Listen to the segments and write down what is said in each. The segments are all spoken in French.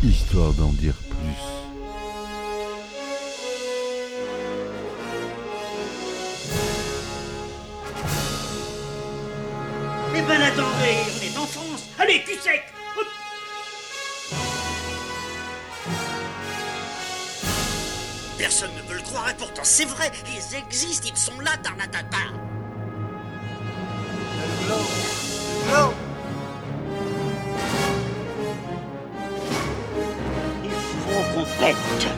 Histoire d'en dire plus. Eh ben attendez, on est en France. Allez, cul sec. Hop. Personne ne veut le croire et pourtant c'est vrai. Ils existent, ils sont là, Tarnatata. Le glow. Il faut qu'on pète.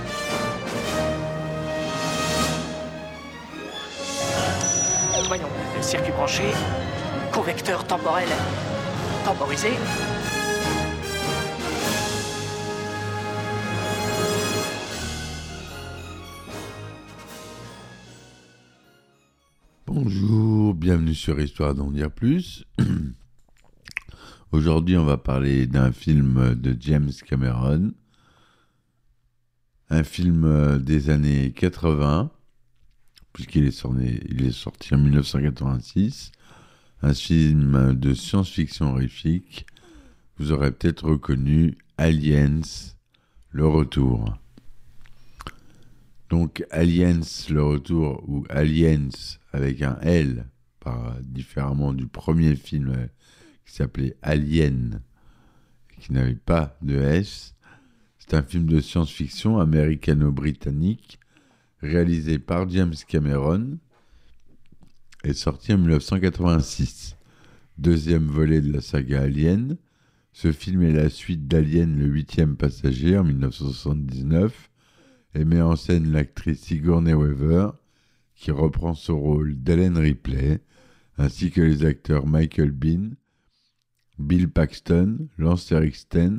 Voyons, circuit branché, convecteur temporel temporisé. Bonjour, bienvenue sur Histoire d'en dire plus. Aujourd'hui, on va parler d'un film de James Cameron, un film des années 80, puisqu'il est sorti en 1986, un film de science-fiction horrifique. Vous aurez peut-être reconnu Aliens, le retour. Donc Aliens, le retour, ou Aliens avec un L, différemment du premier film qui s'appelait Alien, qui n'avait pas de S. C'est un film de science-fiction américano-britannique réalisé par James Cameron et sorti en 1986. Deuxième volet de la saga Alien. Ce film est la suite d'Alien, le 8e passager, en 1979, et met en scène l'actrice Sigourney Weaver, qui reprend son rôle d'Ellen Ripley, ainsi que les acteurs Michael Biehn, Bill Paxton, Lance Eriksen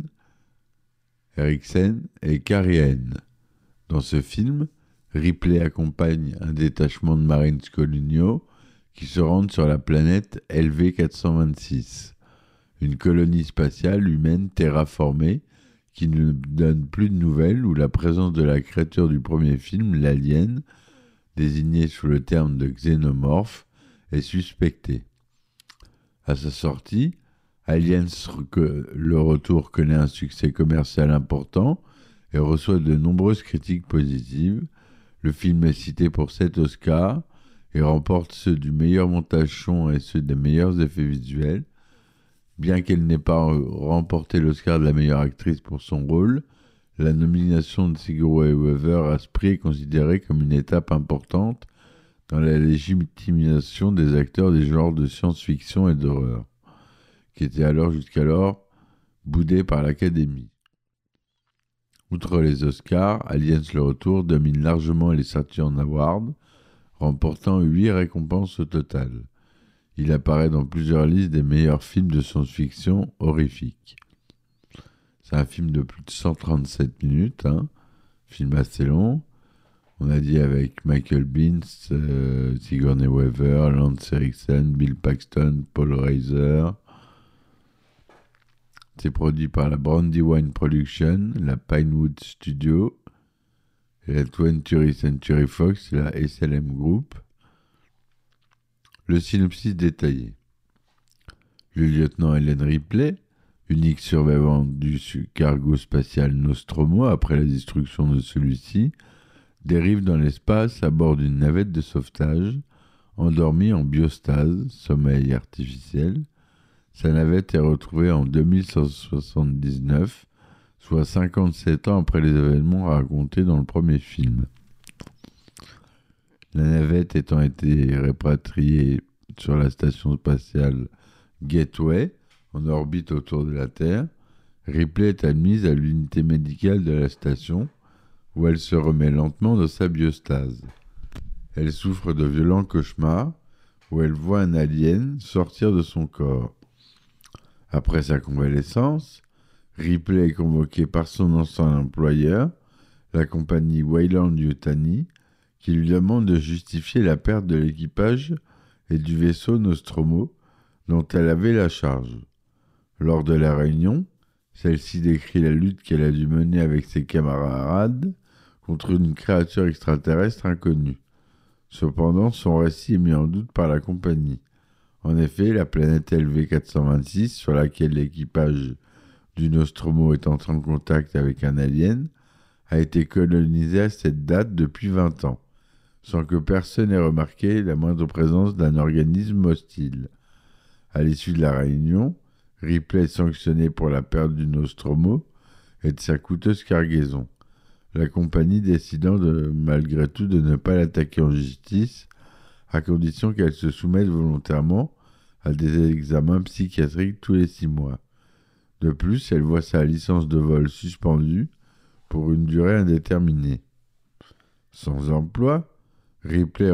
et Carrie Henn. Dans ce film, Ripley accompagne un détachement de Marines coloniaux qui se rendent sur la planète LV-426, une colonie spatiale humaine terraformée qui ne donne plus de nouvelles, où la présence de la créature du premier film, l'alien, désignée sous le terme de xénomorphe, est suspectée. À sa sortie, Aliens, le retour connaît un succès commercial important et reçoit de nombreuses critiques positives. Le film est cité pour 7 Oscars et remporte ceux du meilleur montage son et ceux des meilleurs effets visuels. Bien qu'elle n'ait pas remporté l'Oscar de la meilleure actrice pour son rôle, la nomination de Sigourney Weaver à ce prix est considérée comme une étape importante dans la légitimation des acteurs des genres de science-fiction et d'horreur, qui étaient jusqu'alors boudés par l'Académie. Outre les Oscars, Aliens le retour domine largement les Saturn Awards, remportant 8 récompenses au total. Il apparaît dans plusieurs listes des meilleurs films de science-fiction horrifiques. C'est un film de plus de 137 minutes, film assez long. On a dit avec Michael Biehn, Sigourney Weaver, Lance Eriksen, Bill Paxton, Paul Reiser. C'est produit par la Brandywine Production, la Pinewood Studio, et la 20th Century Fox et la SLM Group. Le synopsis détaillé. Le lieutenant Ellen Ripley, unique survivante du cargo spatial Nostromo après la destruction de celui-ci, dérive dans l'espace à bord d'une navette de sauvetage, endormie en biostase, sommeil artificiel. Sa navette est retrouvée en 2179, soit 57 ans après les événements racontés dans le premier film. La navette étant été répatriée sur la station spatiale Gateway, en orbite autour de la Terre, Ripley est admise à l'unité médicale de la station, où elle se remet lentement dans sa biostase. Elle souffre de violents cauchemars, où elle voit un alien sortir de son corps. Après sa convalescence, Ripley est convoquée par son ancien employeur, la compagnie Weyland-Yutani, qui lui demande de justifier la perte de l'équipage et du vaisseau Nostromo dont elle avait la charge. Lors de la réunion, celle-ci décrit la lutte qu'elle a dû mener avec ses camarades contre une créature extraterrestre inconnue. Cependant, son récit est mis en doute par la compagnie. En effet, la planète LV-426, sur laquelle l'équipage du Nostromo est entré en contact avec un alien a été colonisé à cette date depuis 20 ans, sans que personne ait remarqué la moindre présence d'un organisme hostile. À l'issue de la réunion, Ripley est sanctionné pour la perte du Nostromo et de sa coûteuse cargaison, la compagnie décidant malgré tout de ne pas l'attaquer en justice, à condition qu'elle se soumette volontairement à des examens psychiatriques tous les 6 mois. De plus, elle voit sa licence de vol suspendue pour une durée indéterminée. Sans emploi, Ripley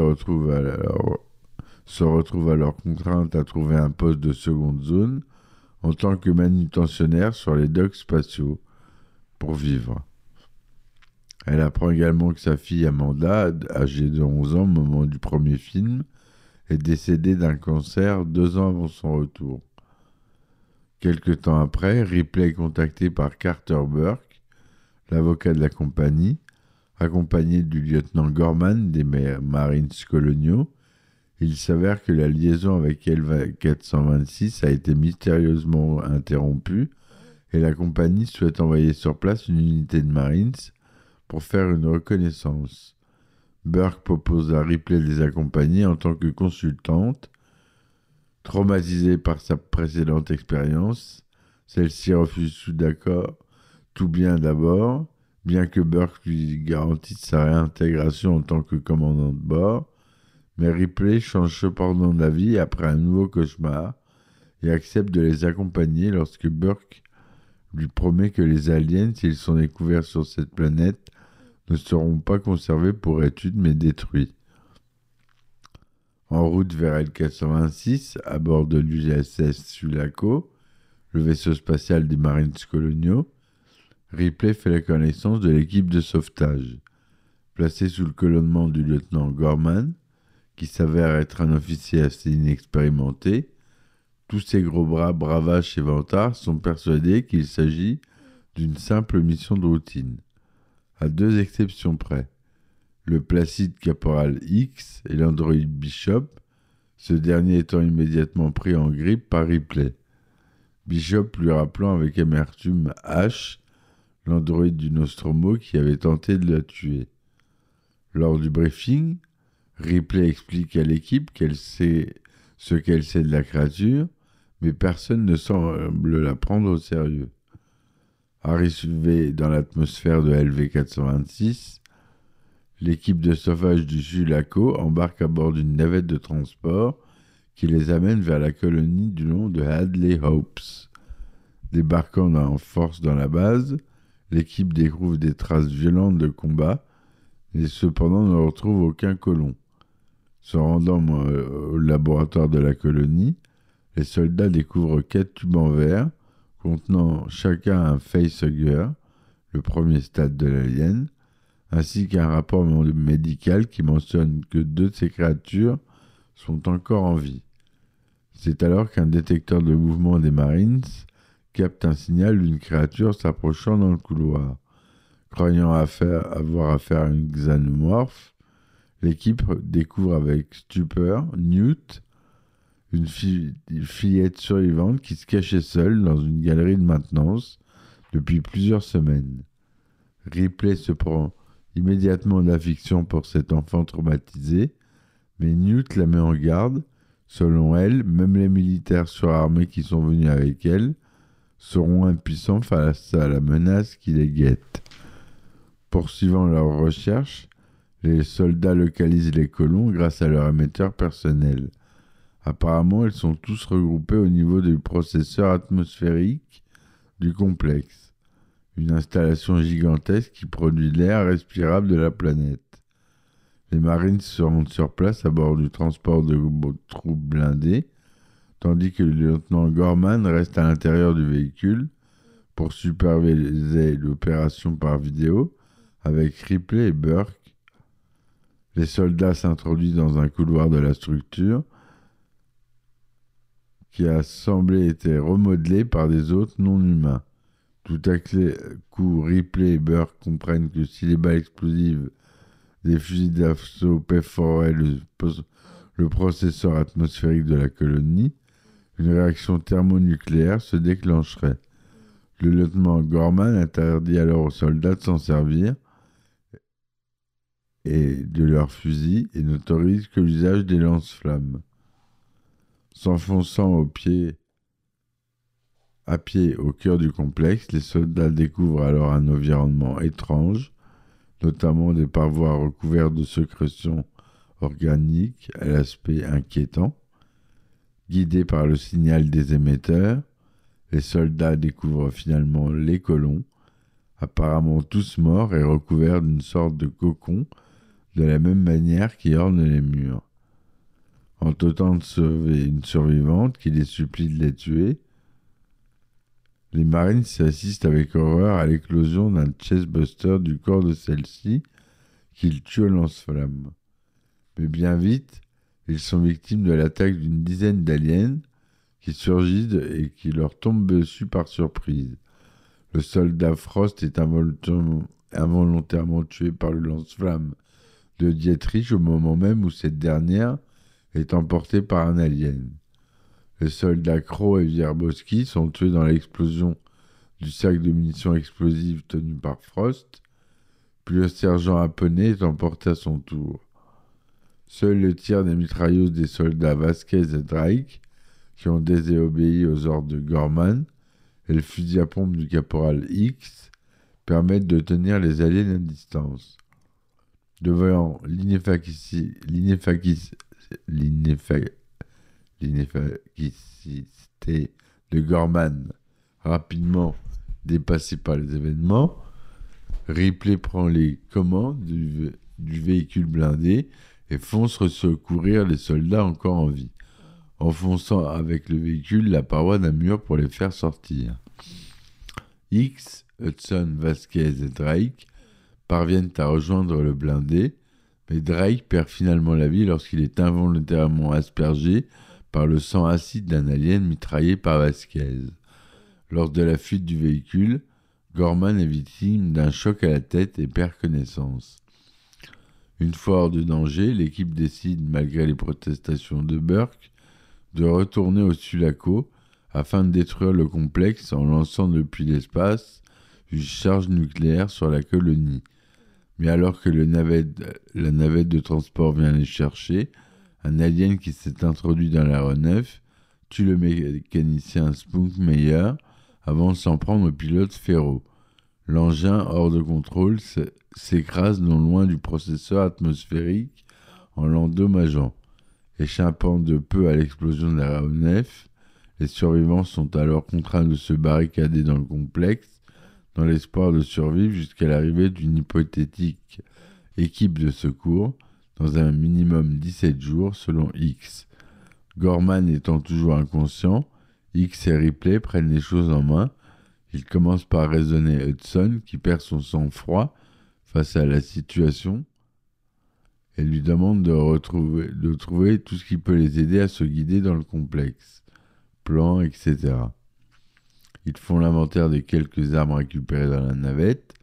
se retrouve alors contrainte à trouver un poste de seconde zone en tant que manutentionnaire sur les docks spatiaux pour vivre. Elle apprend également que sa fille Amanda, âgée de 11 ans au moment du premier film, est décédée d'un cancer 2 ans avant son retour. Quelque temps après, Ripley est contacté par Carter Burke, l'avocat de la compagnie, accompagné du lieutenant Gorman des Marines coloniaux. Il s'avère que la liaison avec LV-426 a été mystérieusement interrompue et la compagnie souhaite envoyer sur place une unité de Marines pour faire une reconnaissance. Burke propose à Ripley de les accompagner en tant que consultante. Traumatisée par sa précédente expérience, celle-ci refuse tout bien d'abord, bien que Burke lui garantisse sa réintégration en tant que commandant de bord. Mais Ripley change cependant d'avis après un nouveau cauchemar et accepte de les accompagner lorsque Burke lui promet que les aliens, s'ils sont découverts sur cette planète, ne seront pas conservés pour études mais détruits. En route vers L-426, à bord de l'USS Sulaco, le vaisseau spatial des Marines coloniaux, Ripley fait la connaissance de l'équipe de sauvetage. Placée sous le commandement du lieutenant Gorman, qui s'avère être un officier assez inexpérimenté, tous ces gros bras, bravaches et vantards sont persuadés qu'il s'agit d'une simple mission de routine, à 2 exceptions près. Le placide caporal X et l'androïde Bishop, ce dernier étant immédiatement pris en grippe par Ripley. Bishop lui rappelant avec amertume H, l'androïde du Nostromo qui avait tenté de la tuer. Lors du briefing, Ripley explique à l'équipe qu'elle sait ce qu'elle sait de la créature, mais personne ne semble la prendre au sérieux. Arrivé dans l'atmosphère de LV-426, l'équipe de sauvetage du Sulaco embarque à bord d'une navette de transport qui les amène vers la colonie du nom de Hadley Hopes. Débarquant en force dans la base, l'équipe découvre des traces violentes de combat, mais cependant ne retrouve aucun colon. Se rendant au laboratoire de la colonie, les soldats découvrent 4 tubes en verre contenant chacun un facehugger, le premier stade de l'alien, ainsi qu'un rapport médical qui mentionne que 2 de ces créatures sont encore en vie. C'est alors qu'un détecteur de mouvement des Marines capte un signal d'une créature s'approchant dans le couloir. Croyant avoir affaire à une xénomorphe, l'équipe découvre avec stupeur Newt, une fillette survivante qui se cachait seule dans une galerie de maintenance depuis plusieurs semaines. Ripley se prend immédiatement d'affection pour cet enfant traumatisé, mais Newt la met en garde. Selon elle, même les militaires surarmés qui sont venus avec elle seront impuissants face à la menace qui les guette. Poursuivant leurs recherches, les soldats localisent les colons grâce à leur émetteur personnel. Apparemment, ils sont tous regroupés au niveau du processeur atmosphérique du complexe, une installation gigantesque qui produit l'air respirable de la planète. Les Marines se rendent sur place à bord du transport de troupes blindées, tandis que le lieutenant Gorman reste à l'intérieur du véhicule pour superviser l'opération par vidéo avec Ripley et Burke. Les soldats s'introduisent dans un couloir de la structure qui a semblé été remodelé par des hôtes non humains. Tout à coup, Ripley et Burke comprennent que si les balles explosives des fusils d'assaut perforaient le processeur atmosphérique de la colonie, une réaction thermonucléaire se déclencherait. Le lieutenant Gorman interdit alors aux soldats de s'en servir et de leurs fusils et n'autorise que l'usage des lance-flammes. S'enfonçant à pied au cœur du complexe, les soldats découvrent alors un environnement étrange, notamment des parois recouvertes de sécrétions organiques à l'aspect inquiétant. Guidés par le signal des émetteurs, les soldats découvrent finalement les colons, apparemment tous morts et recouverts d'une sorte de cocon, de la même manière qui orne les murs. En tentant de sauver une survivante qui les supplie de les tuer, les Marines assistent avec horreur à l'éclosion d'un chestbuster du corps de celle-ci qu'ils tuent au lance-flammes. Mais bien vite, ils sont victimes de l'attaque d'une dizaine d'aliens qui surgissent et qui leur tombent dessus par surprise. Le soldat Frost est involontairement tué par le lance-flamme de Dietrich au moment même où cette dernière est emportée par un alien. Les soldats Crow et Wierzbowski sont tués dans l'explosion du sac de munitions explosives tenu par Frost, puis le sergent Apponey est emporté à son tour. Seul le tir des mitrailleuses des soldats Vasquez et Drake, qui ont désobéi aux ordres de Gorman, et le fusil à pompe du caporal X permettent de tenir les aliens à distance. Devant l'inefficacité de Gorman, rapidement dépassé par les événements, Ripley prend les commandes du véhicule blindé et fonce secourir les soldats encore en vie, enfonçant avec le véhicule la paroi d'un mur pour les faire sortir. X, Hudson, Vasquez et Drake parviennent à rejoindre le blindé, mais Drake perd finalement la vie lorsqu'il est involontairement aspergé par le sang acide d'un alien mitraillé par Vasquez. Lors de la fuite du véhicule, Gorman est victime d'un choc à la tête et perd connaissance. Une fois hors de danger, l'équipe décide, malgré les protestations de Burke, de retourner au Sulaco afin de détruire le complexe en lançant depuis l'espace une charge nucléaire sur la colonie. Mais alors que la navette de transport vient les chercher, un alien qui s'est introduit dans l'aéronef tue le mécanicien Spunkmeyer avant de s'en prendre au pilote Ferro. L'engin, hors de contrôle, s'écrase non loin du processeur atmosphérique en l'endommageant. Échappant de peu à l'explosion de l'aéronef, les survivants sont alors contraints de se barricader dans le complexe dans l'espoir de survivre jusqu'à l'arrivée d'une hypothétique équipe de secours dans un minimum 17 jours selon X. Gorman étant toujours inconscient, X et Ripley prennent les choses en main. Ils commencent par raisonner Hudson qui perd son sang-froid face à la situation et lui demande de trouver tout ce qui peut les aider à se guider dans le complexe, plans, etc. Ils font l'inventaire des quelques armes récupérées dans la navette,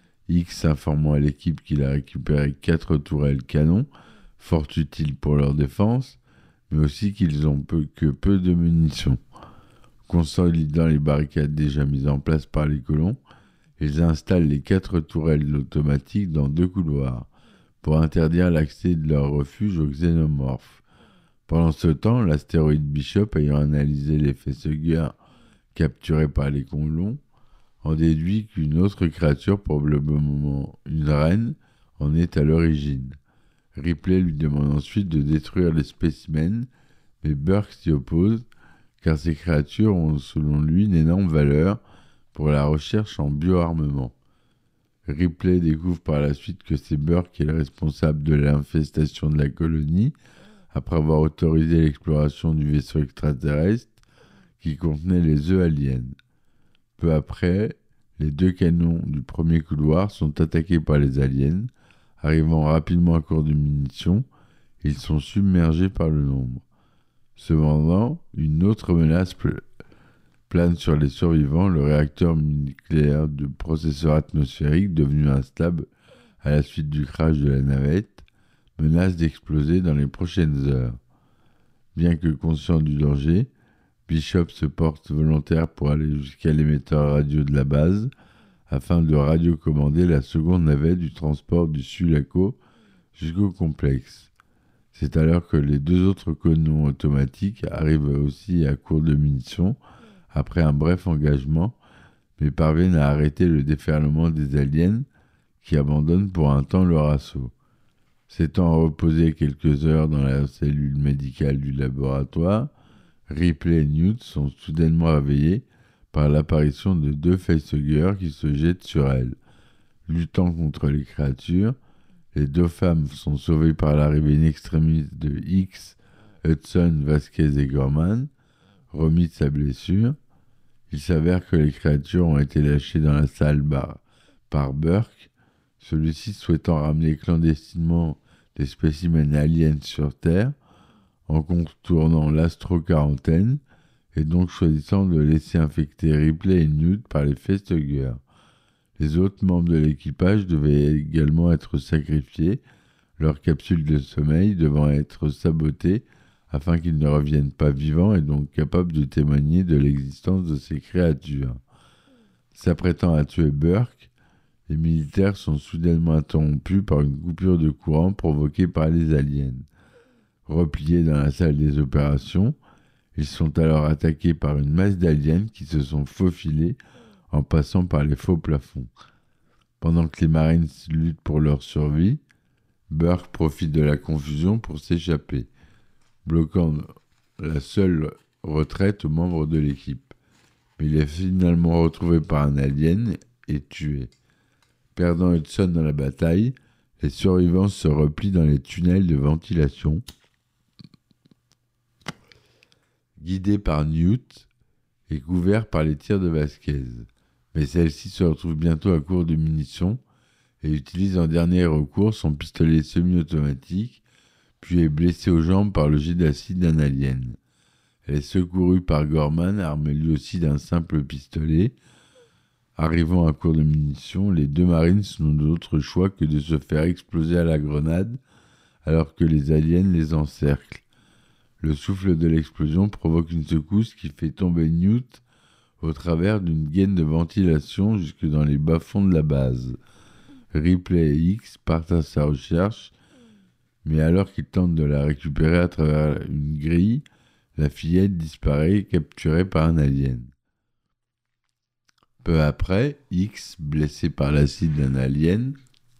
X informant à l'équipe qu'il a récupéré 4 tourelles canons, fort utiles pour leur défense, mais aussi qu'ils ont peu de munitions. Consolidant les barricades déjà mises en place par les colons, ils installent les 4 tourelles automatiques dans 2 couloirs, pour interdire l'accès de leur refuge aux xénomorphes. Pendant ce temps, l'astéroïde Bishop ayant analysé les facehuggers capturés par les colons, en déduit qu'une autre créature, probablement une reine, en est à l'origine. Ripley lui demande ensuite de détruire les spécimens, mais Burke s'y oppose, car ces créatures ont selon lui une énorme valeur pour la recherche en bioarmement. Ripley découvre par la suite que c'est Burke qui est le responsable de l'infestation de la colonie, après avoir autorisé l'exploration du vaisseau extraterrestre qui contenait les œufs aliens. Peu après, les 2 canons du premier couloir sont attaqués par les aliens. Arrivant rapidement à court de munitions, ils sont submergés par le nombre. Cependant, une autre menace plane sur les survivants, le réacteur nucléaire de processeur atmosphérique devenu instable à la suite du crash de la navette, menace d'exploser dans les prochaines heures. Bien que conscient du danger, Bishop se porte volontaire pour aller jusqu'à l'émetteur radio de la base afin de radiocommander la seconde navette du transport du Sulaco jusqu'au complexe. C'est alors que les deux autres canons automatiques arrivent aussi à court de munitions après un bref engagement, mais parviennent à arrêter le déferlement des aliens qui abandonnent pour un temps leur assaut. S'étant reposés quelques heures dans la cellule médicale du laboratoire, Ripley et Newt sont soudainement réveillés par l'apparition de deux facehuggers qui se jettent sur elles. Luttant contre les créatures, les deux femmes sont sauvées par l'arrivée in extremis de X, Hudson, Vasquez et Gorman, remis de sa blessure. Il s'avère que les créatures ont été lâchées dans la salle par Burke, celui-ci souhaitant ramener clandestinement des spécimens aliens sur Terre en contournant l'astro-quarantaine et donc choisissant de laisser infecter Ripley et Newt par les facehuggers. Les autres membres de l'équipage devaient également être sacrifiés, leur capsule de sommeil devant être sabotée afin qu'ils ne reviennent pas vivants et donc capables de témoigner de l'existence de ces créatures. S'apprêtant à tuer Burke, les militaires sont soudainement interrompus par une coupure de courant provoquée par les aliens. Repliés dans la salle des opérations, ils sont alors attaqués par une masse d'aliens qui se sont faufilés en passant par les faux plafonds. Pendant que les Marines luttent pour leur survie, Burke profite de la confusion pour s'échapper, bloquant la seule retraite aux membres de l'équipe. Mais il est finalement retrouvé par un alien et tué. Perdant Hudson dans la bataille, les survivants se replient dans les tunnels de ventilation, guidés par Newt et couverts par les tirs de Vasquez. Mais celle-ci se retrouve bientôt à court de munitions et utilise en dernier recours son pistolet semi-automatique, puis est blessée aux jambes par le jet d'acide d'un alien. Elle est secourue par Gorman, armé lui aussi d'un simple pistolet. Arrivant à court de munitions, les deux marines n'ont d'autre choix que de se faire exploser à la grenade, alors que les aliens les encerclent. Le souffle de l'explosion provoque une secousse qui fait tomber Newt au travers d'une gaine de ventilation jusque dans les bas-fonds de la base. Ripley et X partent à sa recherche, mais alors qu'ils tentent de la récupérer à travers une grille, la fillette disparaît, capturée par un alien. Peu après, X, blessé par l'acide d'un alien,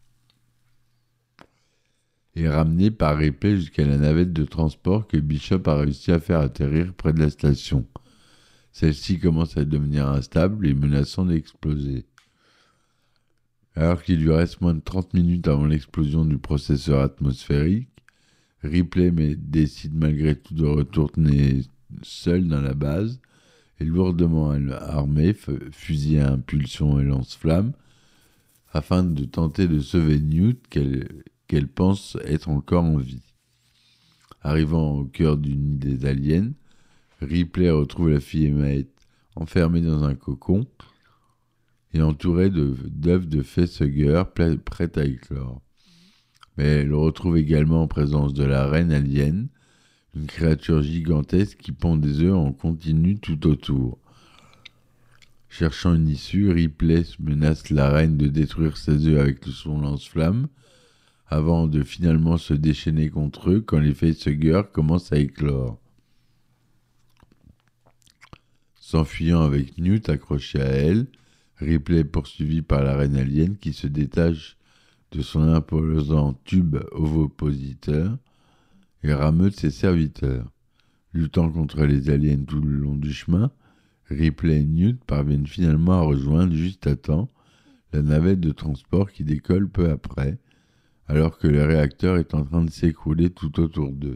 est ramené par Ripley jusqu'à la navette de transport que Bishop a réussi à faire atterrir près de la station. Celle-ci commence à devenir instable et menaçant d'exploser. Alors qu'il lui reste moins de 30 minutes avant l'explosion du processeur atmosphérique, Ripley décide malgré tout de retourner seul dans la base et lourdement armé, fusil à impulsion et lance-flammes, afin de tenter de sauver Newt qu'elle pense être encore en vie. Arrivant au cœur du nid des aliens, Ripley retrouve la fillette enfermée dans un cocon et entourée d'œufs de facehugger prêtes à éclore. Mais elle retrouve également en présence de la reine alien, une créature gigantesque qui pond des œufs en continu tout autour. Cherchant une issue, Ripley menace la reine de détruire ses œufs avec son lance-flamme, avant de finalement se déchaîner contre eux quand les facehuggers commencent à éclore. S'enfuyant avec Newt accroché à elle, Ripley est poursuivi par la reine alien qui se détache de son imposant tube ovopositeur et rameute ses serviteurs. Luttant contre les aliens tout le long du chemin, Ripley et Newt parviennent finalement à rejoindre juste à temps la navette de transport qui décolle peu après, alors que le réacteur est en train de s'écrouler tout autour d'eux.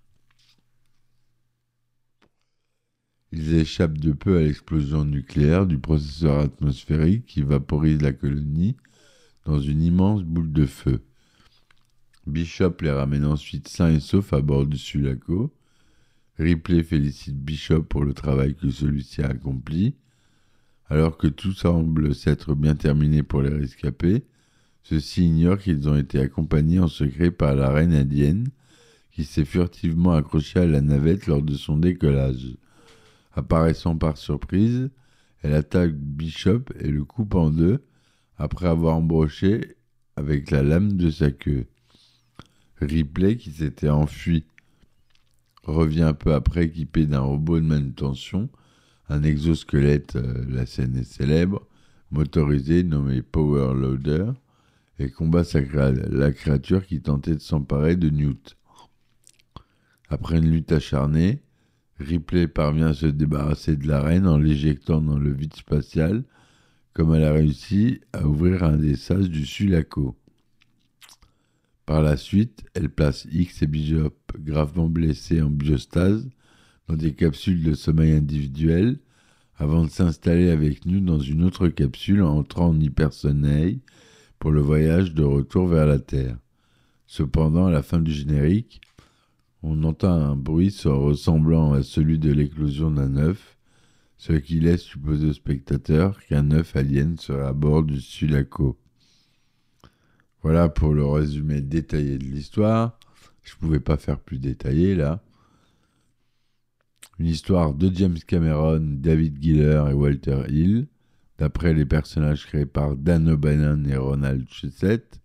Ils échappent de peu à l'explosion nucléaire du processeur atmosphérique qui vaporise la colonie dans une immense boule de feu. Bishop les ramène ensuite sains et saufs à bord du Sulaco. Ripley félicite Bishop pour le travail que celui-ci a accompli. Alors que tout semble s'être bien terminé pour les rescapés, ceux-ci ignorent qu'ils ont été accompagnés en secret par la reine indienne qui s'est furtivement accrochée à la navette lors de son décollage. Apparaissant par surprise, elle attaque Bishop et le coupe en deux après avoir embroché avec la lame de sa queue. Ripley, qui s'était enfui, revient peu après équipé d'un robot de manutention, un exosquelette, la scène est célèbre, motorisé nommé Power Loader, et combat la créature qui tentait de s'emparer de Newt. Après une lutte acharnée, Ripley parvient à se débarrasser de la reine en l'éjectant dans le vide spatial, comme elle a réussi à ouvrir un des sas du Sulaco. Par la suite, elle place X et Bishop gravement blessés en biostase dans des capsules de sommeil individuelles avant de s'installer avec nous dans une autre capsule entrant en hypersommeil pour le voyage de retour vers la Terre. Cependant, à la fin du générique, on entend un bruit ressemblant à celui de l'éclosion d'un œuf, ce qui laisse supposer au spectateur qu'un œuf alien serait à bord du Sulaco. Voilà pour le résumé détaillé de l'histoire. Je ne pouvais pas faire plus détaillé là. Une histoire de James Cameron, David Giller et Walter Hill, d'après les personnages créés par Dan O'Bannon et Ronald Shusett.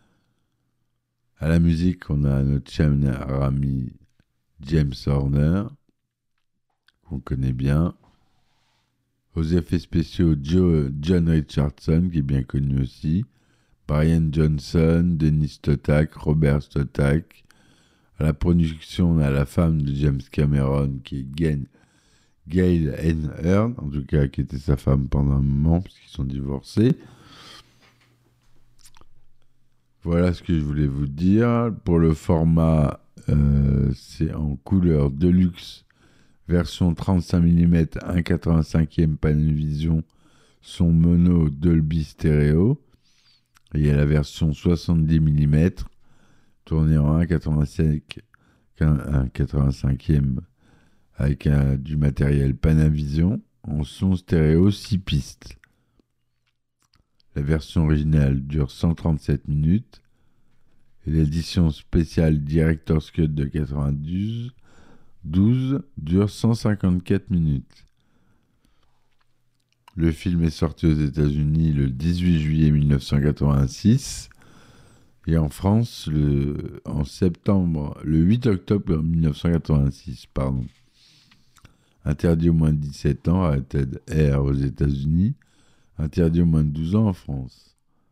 À la musique, on a notre cher ami James Horner, qu'on connaît bien. Aux effets spéciaux, John Richardson, qui est bien connu aussi. Brian Johnson, Dennis Stotak, Robert Stotak. À la production, on a la femme de James Cameron, qui est Gail Ann Hurd, en tout cas, qui était sa femme pendant un moment, puisqu'ils sont divorcés. Voilà ce que je voulais vous dire. Pour le format, c'est en couleur Deluxe, version 35 mm, 1,85e Panavision, son mono Dolby Stereo. Et il y a la version 70 mm, tournée en 1,85e avec du matériel Panavision, en son stéréo 6 pistes. La version originale dure 137 minutes et l'édition spéciale Director's Cut de 92 dure 154 minutes. Le film est sorti aux États-Unis le 18 juillet 1986 et en France le 8 octobre 1986. Interdit aux moins de 17 ans, rated R aux États-Unis, interdit aux moins de 12 ans en France.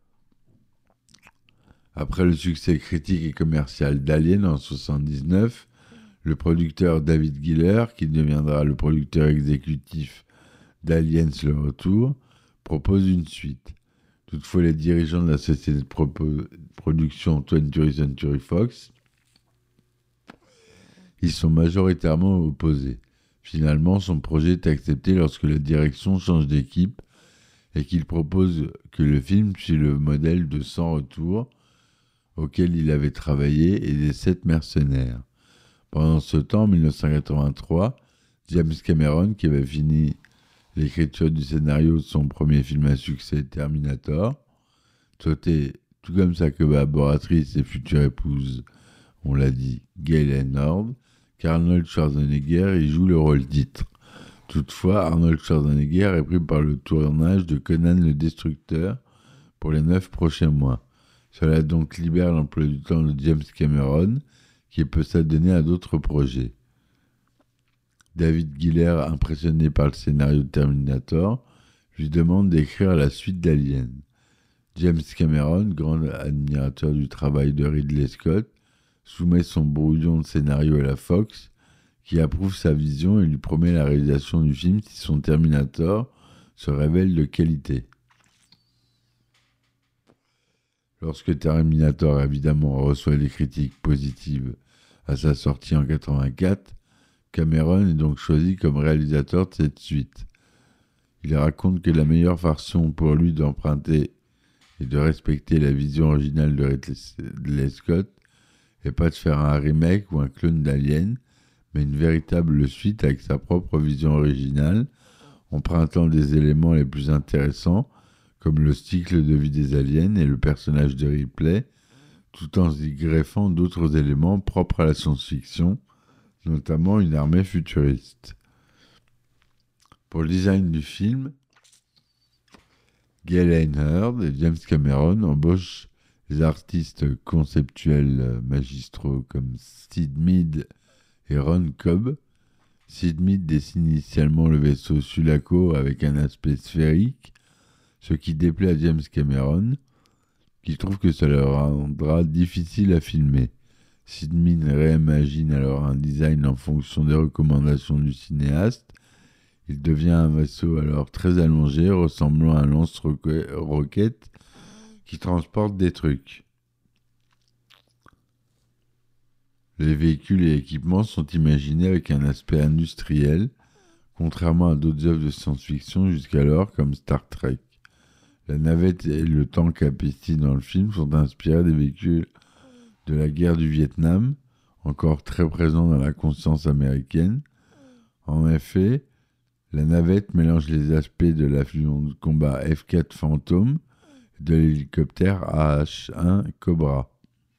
Après le succès critique et commercial d'Alien en 1979, le producteur David Giller, qui deviendra le producteur exécutif d'Aliens le Retour, propose une suite. Toutefois, les dirigeants de la société de production 20th Century Fox y sont majoritairement opposés. Finalement, son projet est accepté lorsque la direction change d'équipe et qu'il propose que le film suive le modèle de Sans Retour auquel il avait travaillé et des 7 mercenaires. Pendant ce temps, en 1983, James Cameron, qui avait fini l'écriture du scénario de son premier film à succès, Terminator, souhaitait, tout comme sa collaboratrice et future épouse, on l'a dit, Gail Ann Hurd, qu'Arnold Schwarzenegger y joue le rôle titre. Toutefois, Arnold Schwarzenegger est pris par le tournage de Conan le Destructeur pour les 9 prochains mois. Cela donc libère l'emploi du temps de James Cameron, qui peut s'adonner à d'autres projets. David Giller, impressionné par le scénario de Terminator, lui demande d'écrire la suite d'Alien. James Cameron, grand admirateur du travail de Ridley Scott, soumet son brouillon de scénario à la Fox, qui approuve sa vision et lui promet la réalisation du film si son Terminator se révèle de qualité. Lorsque Terminator évidemment reçoit des critiques positives à sa sortie en 1984, Cameron est donc choisi comme réalisateur de cette suite. Il raconte que la meilleure façon pour lui d'emprunter et de respecter la vision originale de Ridley Scott n'est pas de faire un remake ou un clone d'Alien, mais une véritable suite avec sa propre vision originale, empruntant des éléments les plus intéressants, comme le cycle de vie des aliens et le personnage de Ripley, tout en y greffant d'autres éléments propres à la science-fiction, notamment une armée futuriste. Pour le design du film, Galen Hurd et James Cameron embauchent les artistes conceptuels magistraux comme Sid Mead et Ron Cobb. Sid Mead dessine initialement le vaisseau Sulaco avec un aspect sphérique, ce qui déplaît à James Cameron, qui trouve que ça leur rendra difficile à filmer. Sid Mead réimagine alors un design en fonction des recommandations du cinéaste. Il devient un vaisseau alors très allongé, ressemblant à un lance-roquette qui transporte des trucs. Les véhicules et équipements sont imaginés avec un aspect industriel, contrairement à d'autres œuvres de science-fiction jusqu'alors comme Star Trek. La navette et le tank apesti dans le film sont inspirés des véhicules de la guerre du Vietnam, encore très présents dans la conscience américaine. En effet, la navette mélange les aspects de l'avion de combat F-4 Phantom et de l'hélicoptère AH-1 Cobra.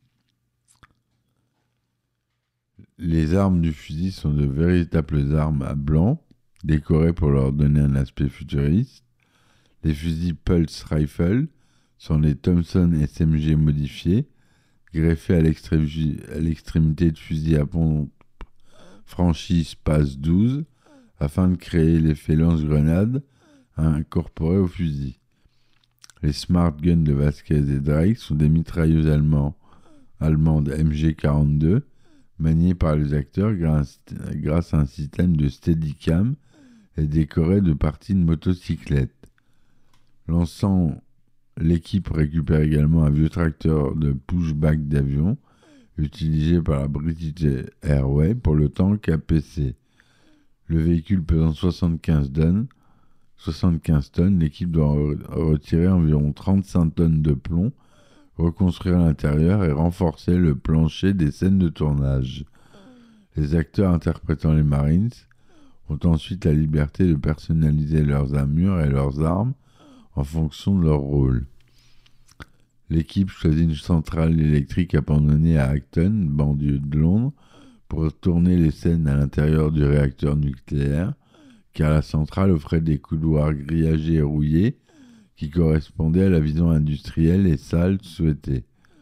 Les armes du fusil sont de véritables armes à blanc, décorées pour leur donner un aspect futuriste. Les fusils Pulse Rifle sont les Thompson SMG modifiés, greffés à l'extrémité de fusils à pompe franchise PAS 12, afin de créer l'effet lance-grenade incorporé au fusil. Les Smart Guns de Vasquez et Drake sont des mitrailleuses allemandes MG42, maniées par les acteurs grâce à un système de Steadicam et décorées de parties de motocyclettes. L'équipe récupère également un vieux tracteur de pushback d'avion utilisé par la British Airways pour le tank APC. Le véhicule pesant 75 tonnes, l'équipe doit retirer environ 35 tonnes de plomb, reconstruire l'intérieur et renforcer le plancher des scènes de tournage. Les acteurs interprétant les Marines ont ensuite la liberté de personnaliser leurs armures et leurs armes en fonction de leur rôle. L'équipe choisit une centrale électrique abandonnée à Acton, banlieue de Londres, pour tourner les scènes à l'intérieur du réacteur nucléaire, car la centrale offrait des couloirs grillagés et rouillés qui correspondaient à la vision industrielle et sale souhaitée.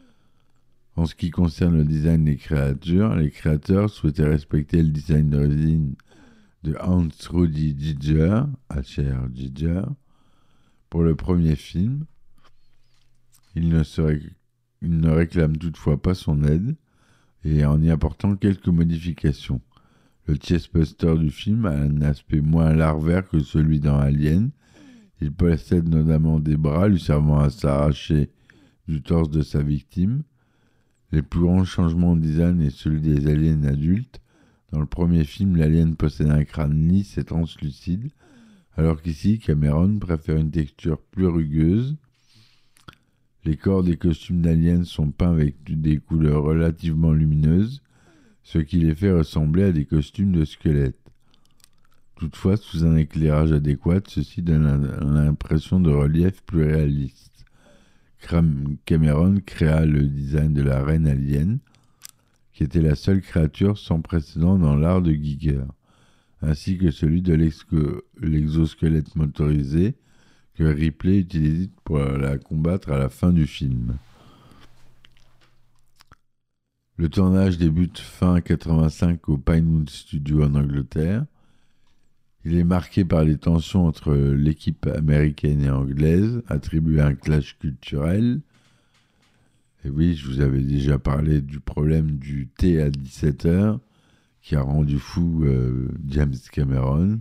En ce qui concerne le design des créatures, les créateurs souhaitaient respecter le design d'origine de Hans Rudi Giger, H.R. Giger. Pour le premier film, il ne réclame toutefois pas son aide, et en y apportant quelques modifications. Le chestbuster du film a un aspect moins larvaire que celui dans Alien. Il possède notamment des bras lui servant à s'arracher du torse de sa victime. Les plus grands changements de design est celui des aliens adultes. Dans le premier film, l'alien possède un crâne lisse et translucide, alors qu'ici, Cameron préfère une texture plus rugueuse. Les corps des costumes d'aliens sont peints avec des couleurs relativement lumineuses, ce qui les fait ressembler à des costumes de squelettes. Toutefois, sous un éclairage adéquat, ceci donne l'impression de relief plus réaliste. Cameron créa le design de la reine alien, qui était la seule créature sans précédent dans l'art de Giger, ainsi que celui de l'exosquelette motorisé que Ripley utilise pour la combattre à la fin du film. Le tournage débute fin 85 au Pinewood Studio en Angleterre. Il est marqué par les tensions entre l'équipe américaine et anglaise, attribuées à un clash culturel. Et oui, je vous avais déjà parlé du problème du thé à 17h, qui a rendu fou James Cameron.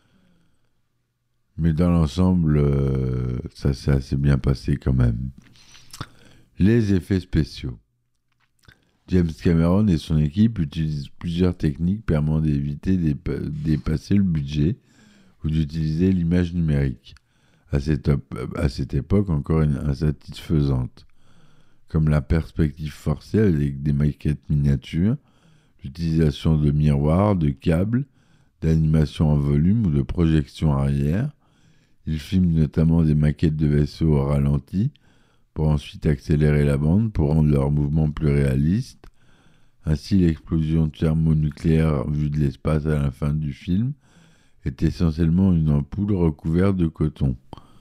Mais dans l'ensemble, ça s'est assez bien passé quand même. Les effets spéciaux. James Cameron et son équipe utilisent plusieurs techniques permettant d'éviter de dépasser le budget ou d'utiliser l'image numérique, à cette époque encore insatisfaisante, comme la perspective forcée avec des maquettes miniatures, l'utilisation de miroirs, de câbles, d'animation en volume ou de projection arrière. Il filme notamment des maquettes de vaisseaux au ralenti pour ensuite accélérer la bande pour rendre leurs mouvements plus réalistes. Ainsi, l'explosion thermonucléaire vue de l'espace à la fin du film est essentiellement une ampoule recouverte de coton.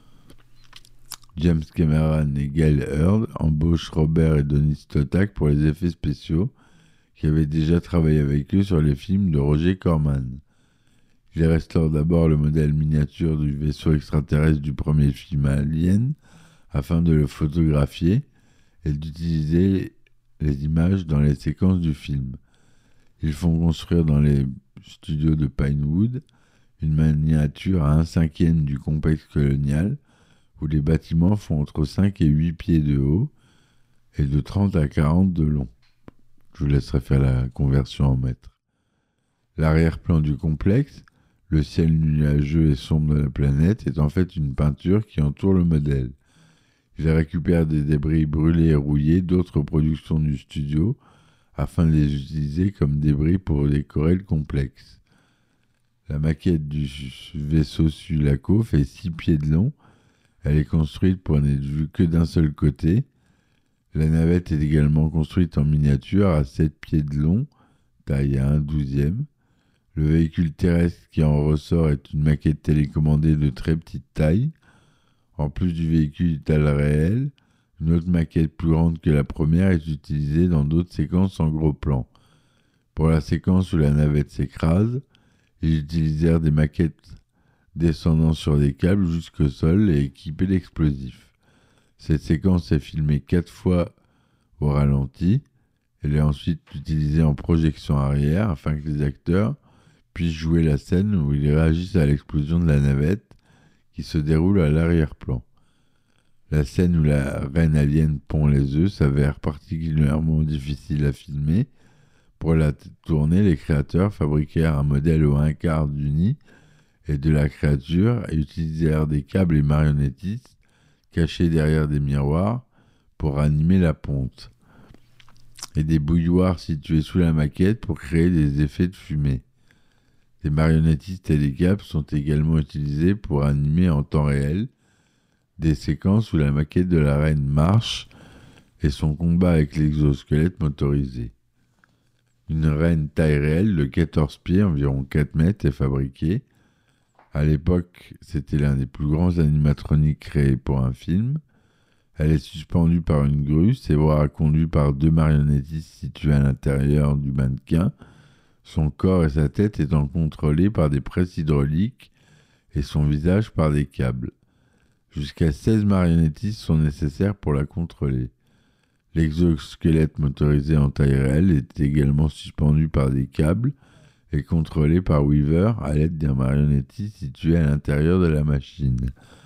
James Cameron et Gail Hurd embauchent Robert et Donny Stoddard pour les effets spéciaux, qui avaient déjà travaillé avec eux sur les films de Roger Corman. Ils restaurent d'abord le modèle miniature du vaisseau extraterrestre du premier film Alien, afin de le photographier et d'utiliser les images dans les séquences du film. Ils font construire dans les studios de Pinewood une miniature à 1/5 du complexe colonial, où les bâtiments font entre 5 et 8 pieds de haut et de 30 à 40 de long. Je vous laisserai faire la conversion en mètres. L'arrière-plan du complexe, le ciel nuageux et sombre de la planète, est en fait une peinture qui entoure le modèle. Il récupère des débris brûlés et rouillés d'autres productions du studio afin de les utiliser comme débris pour décorer le complexe. La maquette du vaisseau Sulaco fait 6 pieds de long. Elle est construite pour n'être vue que d'un seul côté. La navette est également construite en miniature à 7 pieds de long, taille à 1/12. Le véhicule terrestre qui en ressort est une maquette télécommandée de très petite taille. En plus du véhicule Ital réel, une autre maquette plus grande que la première est utilisée dans d'autres séquences en gros plan. Pour la séquence où la navette s'écrase, ils utilisèrent des maquettes descendant sur des câbles jusqu'au sol et équipées d'explosifs. Cette séquence est filmée 4 fois au ralenti. Elle est ensuite utilisée en projection arrière afin que les acteurs puissent jouer la scène où ils réagissent à l'explosion de la navette qui se déroule à l'arrière-plan. La scène où la reine alien pond les œufs s'avère particulièrement difficile à filmer. Pour la tourner, les créateurs fabriquèrent un modèle au 1/4 du nid et de la créature et utilisèrent des câbles et marionnettistes cachés derrière des miroirs pour animer la ponte, et des bouilloires situés sous la maquette pour créer des effets de fumée. Des marionnettistes et des câbles sont également utilisés pour animer en temps réel des séquences où la maquette de la reine marche et son combat avec l'exosquelette motorisé. Une reine taille réelle de 14 pieds, environ 4 mètres, est fabriquée. À l'époque, c'était l'un des plus grands animatroniques créés pour un film. Elle est suspendue par une grue, ses bras conduits par 2 marionnettistes situés à l'intérieur du mannequin, son corps et sa tête étant contrôlés par des presses hydrauliques et son visage par des câbles. Jusqu'à 16 marionnettistes sont nécessaires pour la contrôler. L'exosquelette motorisé en taille réelle est également suspendu par des câbles et contrôlé par Weaver à l'aide d'un marionnettiste situé à l'intérieur de la machine.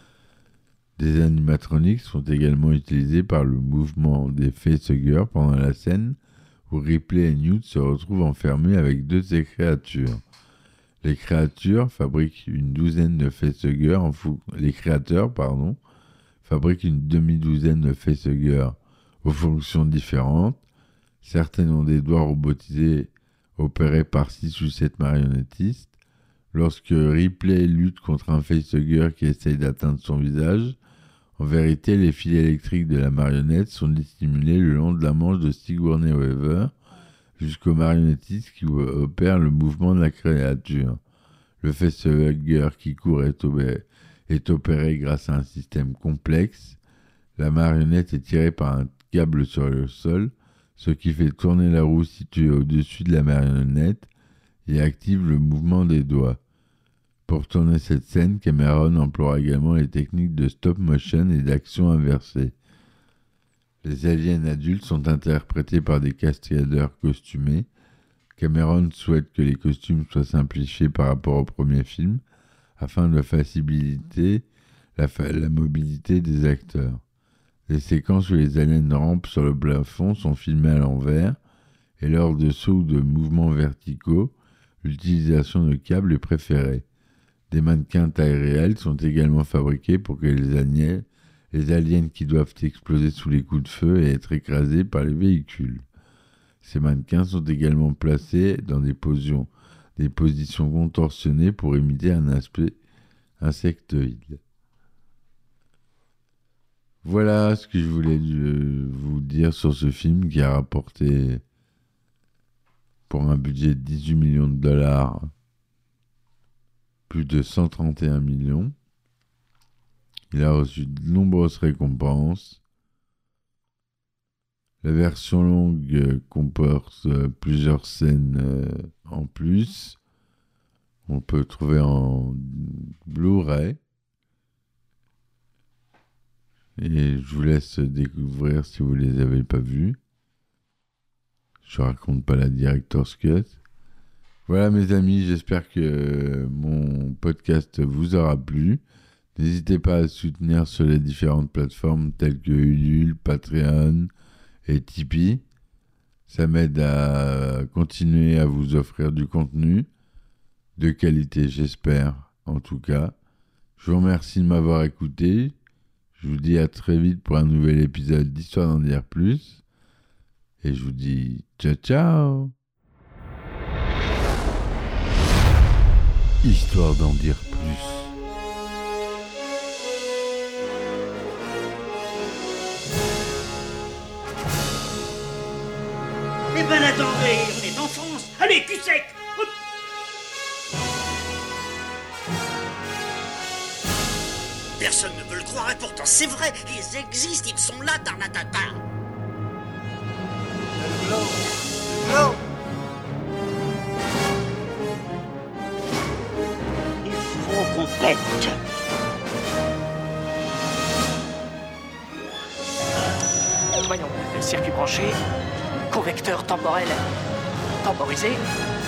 Des animatroniques sont également utilisés par le mouvement des facehuggers pendant la scène où Ripley et Newt se retrouvent enfermés avec 2 de ces créatures. Les créateurs fabriquent une douzaine de facehuggers fabriquent une demi-douzaine de facehuggers aux fonctions différentes. Certaines ont des doigts robotisés opérés par 6 ou 7 marionnettistes. Lorsque Ripley lutte contre un facehugger qui essaye d'atteindre son visage, en vérité, les fils électriques de la marionnette sont dissimulés le long de la manche de Sigourney Weaver jusqu'au marionnettiste qui opère le mouvement de la créature. Le facehugger qui court est opéré grâce à un système complexe. La marionnette est tirée par un câble sur le sol, ce qui fait tourner la roue située au-dessus de la marionnette et active le mouvement des doigts. Pour tourner cette scène, Cameron emploie également les techniques de stop motion et d'action inversée. Les aliens adultes sont interprétés par des cascadeurs costumés. Cameron souhaite que les costumes soient simplifiés par rapport au premier film, afin de faciliter la mobilité des acteurs. Les séquences où les aliens rampent sur le plafond sont filmées à l'envers, et lors de sauts ou de mouvements verticaux, l'utilisation de câbles est préférée. Des mannequins taille réelle sont également fabriqués pour que les aliens qui doivent exploser sous les coups de feu et être écrasés par les véhicules. Ces mannequins sont également placés dans des positions contorsionnées pour imiter un aspect insectoïde. Voilà ce que je voulais vous dire sur ce film qui a rapporté, pour un budget de $18 millions, plus de 131 millions. Il a reçu de nombreuses récompenses. La version longue comporte plusieurs scènes en plus. On peut trouver en Blu-ray. Et je vous laisse découvrir si vous ne les avez pas vus. Je raconte pas la Director's Cut. Voilà mes amis, j'espère que mon podcast vous aura plu. N'hésitez pas à soutenir sur les différentes plateformes telles que Ulule, Patreon et Tipeee. Ça m'aide à continuer à vous offrir du contenu de qualité, j'espère, en tout cas. Je vous remercie de m'avoir écouté. Je vous dis à très vite pour un nouvel épisode d'Histoire d'en dire plus. Et je vous dis ciao ciao. Histoire d'en dire plus. Eh ben attendez, on est en France. Allez, cul sec. Hop. Personne ne veut le croire et pourtant c'est vrai, ils existent, ils sont là, Tarnatata. Le globe. Il faut qu'on pète. Voyons, le circuit branché, convecteur temporel temporisé,